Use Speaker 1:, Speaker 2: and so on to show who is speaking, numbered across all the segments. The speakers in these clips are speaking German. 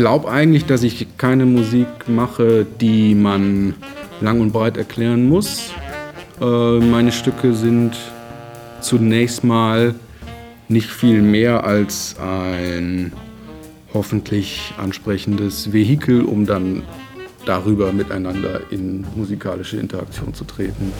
Speaker 1: glaube eigentlich, dass ich keine Musik mache, die man lang und breit erklären muss. Meine Stücke sind zunächst mal nicht viel mehr als ein hoffentlich ansprechendes Vehikel, um dann darüber miteinander in musikalische Interaktion zu treten.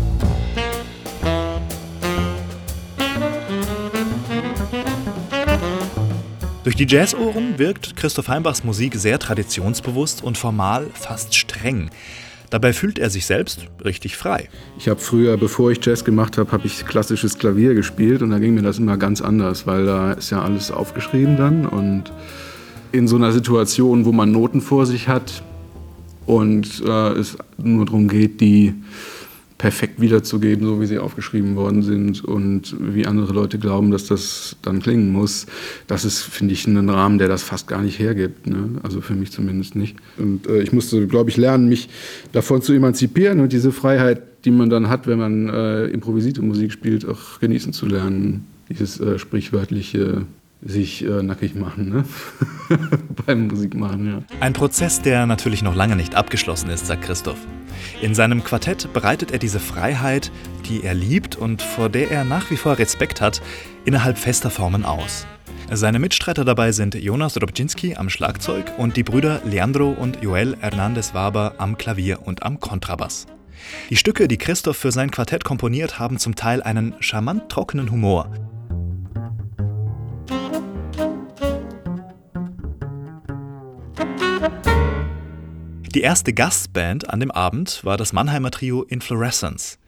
Speaker 2: Durch die Jazzohren wirkt Christoph Heimbachs Musik sehr traditionsbewusst und formal fast streng. Dabei fühlt er sich selbst richtig frei.
Speaker 1: Ich habe früher, bevor ich Jazz gemacht habe, habe ich klassisches Klavier gespielt und da ging mir das immer ganz anders, weil da ist ja alles aufgeschrieben dann und in so einer Situation, wo man Noten vor sich hat und es nur darum geht, die perfekt wiederzugeben, so wie sie aufgeschrieben worden sind und wie andere Leute glauben, dass das dann klingen muss. Das ist, finde ich, ein Rahmen, der das fast gar nicht hergibt, ne? Also für mich zumindest nicht. Und ich musste, glaube ich, lernen, mich davon zu emanzipieren und diese Freiheit, die man dann hat, wenn man improvisierte Musik spielt, auch genießen zu lernen. Dieses sprichwörtliche sich nackig machen, ne? Beim Musikmachen, ja.
Speaker 2: Ein Prozess, der natürlich noch lange nicht abgeschlossen ist, sagt Christoph. In seinem Quartett bereitet er diese Freiheit, die er liebt und vor der er nach wie vor Respekt hat, innerhalb fester Formen aus. Seine Mitstreiter dabei sind Jonas Robczynski am Schlagzeug und die Brüder Leandro und Joel Hernández-Waber am Klavier und am Kontrabass. Die Stücke, die Christoph für sein Quartett komponiert, haben zum Teil einen charmant trockenen Humor. Die erste Gastband an dem Abend war das Mannheimer Trio Inflorescence.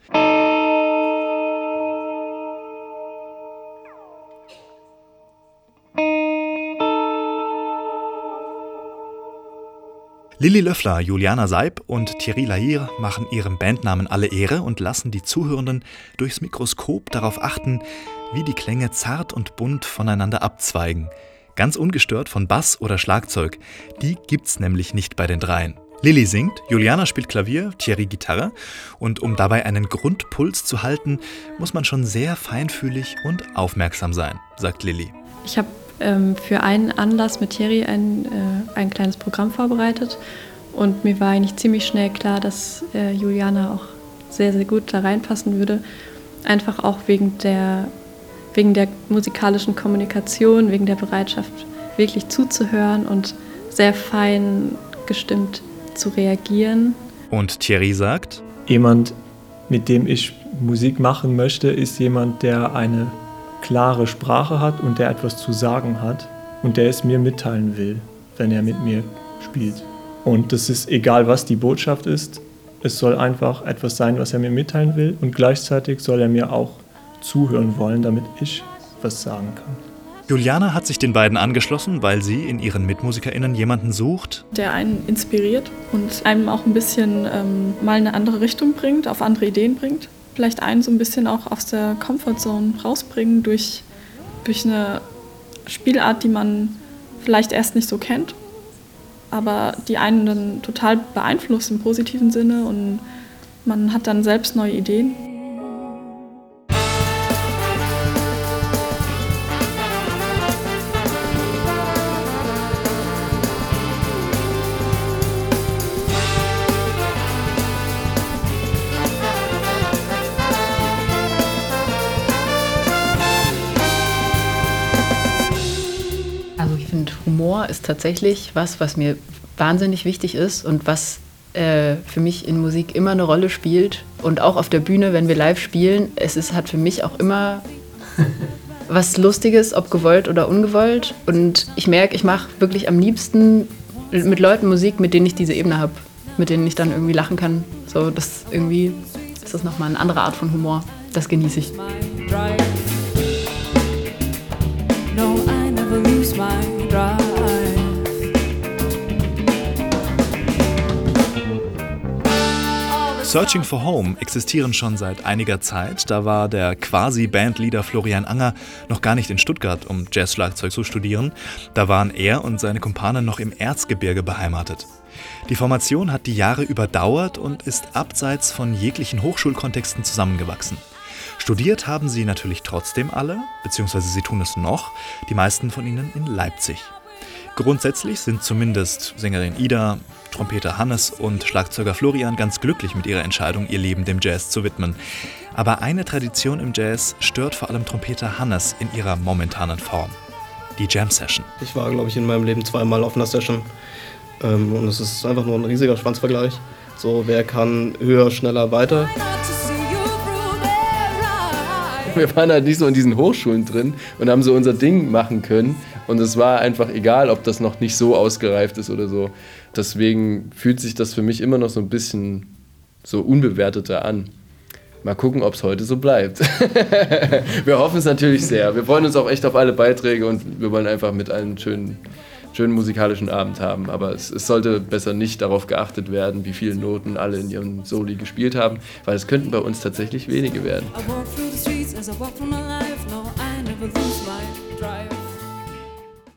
Speaker 2: Lilly Löffler, Juliana Seib und Thierry Lahire machen ihrem Bandnamen alle Ehre und lassen die Zuhörenden durchs Mikroskop darauf achten, wie die Klänge zart und bunt voneinander abzweigen. Ganz ungestört von Bass oder Schlagzeug. Die gibt's nämlich nicht bei den dreien. Lilly singt, Juliana spielt Klavier, Thierry Gitarre. Und um dabei einen Grundpuls zu halten, muss man schon sehr feinfühlig und aufmerksam sein, sagt Lilly.
Speaker 3: Ich habe für einen Anlass mit Thierry ein kleines Programm vorbereitet. Und mir war eigentlich ziemlich schnell klar, dass Juliana auch sehr, sehr gut da reinpassen würde. Einfach auch wegen der musikalischen Kommunikation, wegen der Bereitschaft, wirklich zuzuhören und sehr fein gestimmt zu reagieren.
Speaker 2: Und Thierry sagt:
Speaker 4: Jemand, mit dem ich Musik machen möchte, ist jemand, der eine klare Sprache hat und der etwas zu sagen hat und der es mir mitteilen will, wenn er mit mir spielt. Und das ist egal, was die Botschaft ist. Es soll einfach etwas sein, was er mir mitteilen will und gleichzeitig soll er mir auch zuhören wollen, damit ich was sagen kann.
Speaker 2: Juliana hat sich den beiden angeschlossen, weil sie in ihren MitmusikerInnen jemanden sucht,
Speaker 5: der einen inspiriert und einem auch ein bisschen mal eine andere Richtung bringt, auf andere Ideen bringt. Vielleicht einen so ein bisschen auch aus der Comfortzone rausbringen durch eine Spielart, die man vielleicht erst nicht so kennt, aber die einen dann total beeinflusst im positiven Sinne und man hat dann selbst neue Ideen.
Speaker 6: Humor ist tatsächlich was mir wahnsinnig wichtig ist und was für mich in Musik immer eine Rolle spielt. Und auch auf der Bühne, wenn wir live spielen, hat für mich auch immer was Lustiges, ob gewollt oder ungewollt. Und ich merke, ich mache wirklich am liebsten mit Leuten Musik, mit denen ich diese Ebene habe, mit denen ich dann irgendwie lachen kann. So, das irgendwie ist das nochmal eine andere Art von Humor. Das genieße ich.
Speaker 7: No, I never lose my drive.
Speaker 2: Searching for Home existieren schon seit einiger Zeit. Da war der Quasi-Bandleader Florian Anger noch gar nicht in Stuttgart, um Jazzschlagzeug zu studieren. Da waren er und seine Kumpanen noch im Erzgebirge beheimatet. Die Formation hat die Jahre überdauert und ist abseits von jeglichen Hochschulkontexten zusammengewachsen. Studiert haben sie natürlich trotzdem alle, beziehungsweise sie tun es noch, die meisten von ihnen in Leipzig. Grundsätzlich sind zumindest Sängerin Ida, Trompeter Hannes und Schlagzeuger Florian ganz glücklich mit ihrer Entscheidung, ihr Leben dem Jazz zu widmen. Aber eine Tradition im Jazz stört vor allem Trompeter Hannes in ihrer momentanen Form: die Jam-Session.
Speaker 8: Ich war, glaube ich, in meinem Leben 2-mal auf einer Session und es ist einfach nur ein riesiger Schwanzvergleich. So, wer kann höher, schneller, weiter?
Speaker 9: Wir waren halt nicht so in diesen Hochschulen drin und haben so unser Ding machen können. Und es war einfach egal, ob das noch nicht so ausgereift ist oder so. Deswegen fühlt sich das für mich immer noch so ein bisschen so unbewerteter an. Mal gucken, ob es heute so bleibt. Wir hoffen es natürlich sehr. Wir freuen uns auch echt auf alle Beiträge und wir wollen einfach mit allen schönen musikalischen Abend haben. Aber es sollte besser nicht darauf geachtet werden, wie viele Noten alle in ihrem Soli gespielt haben, weil es könnten bei uns tatsächlich wenige werden.
Speaker 7: I walk through the streets as I walk through my life. No, I never lose my drive.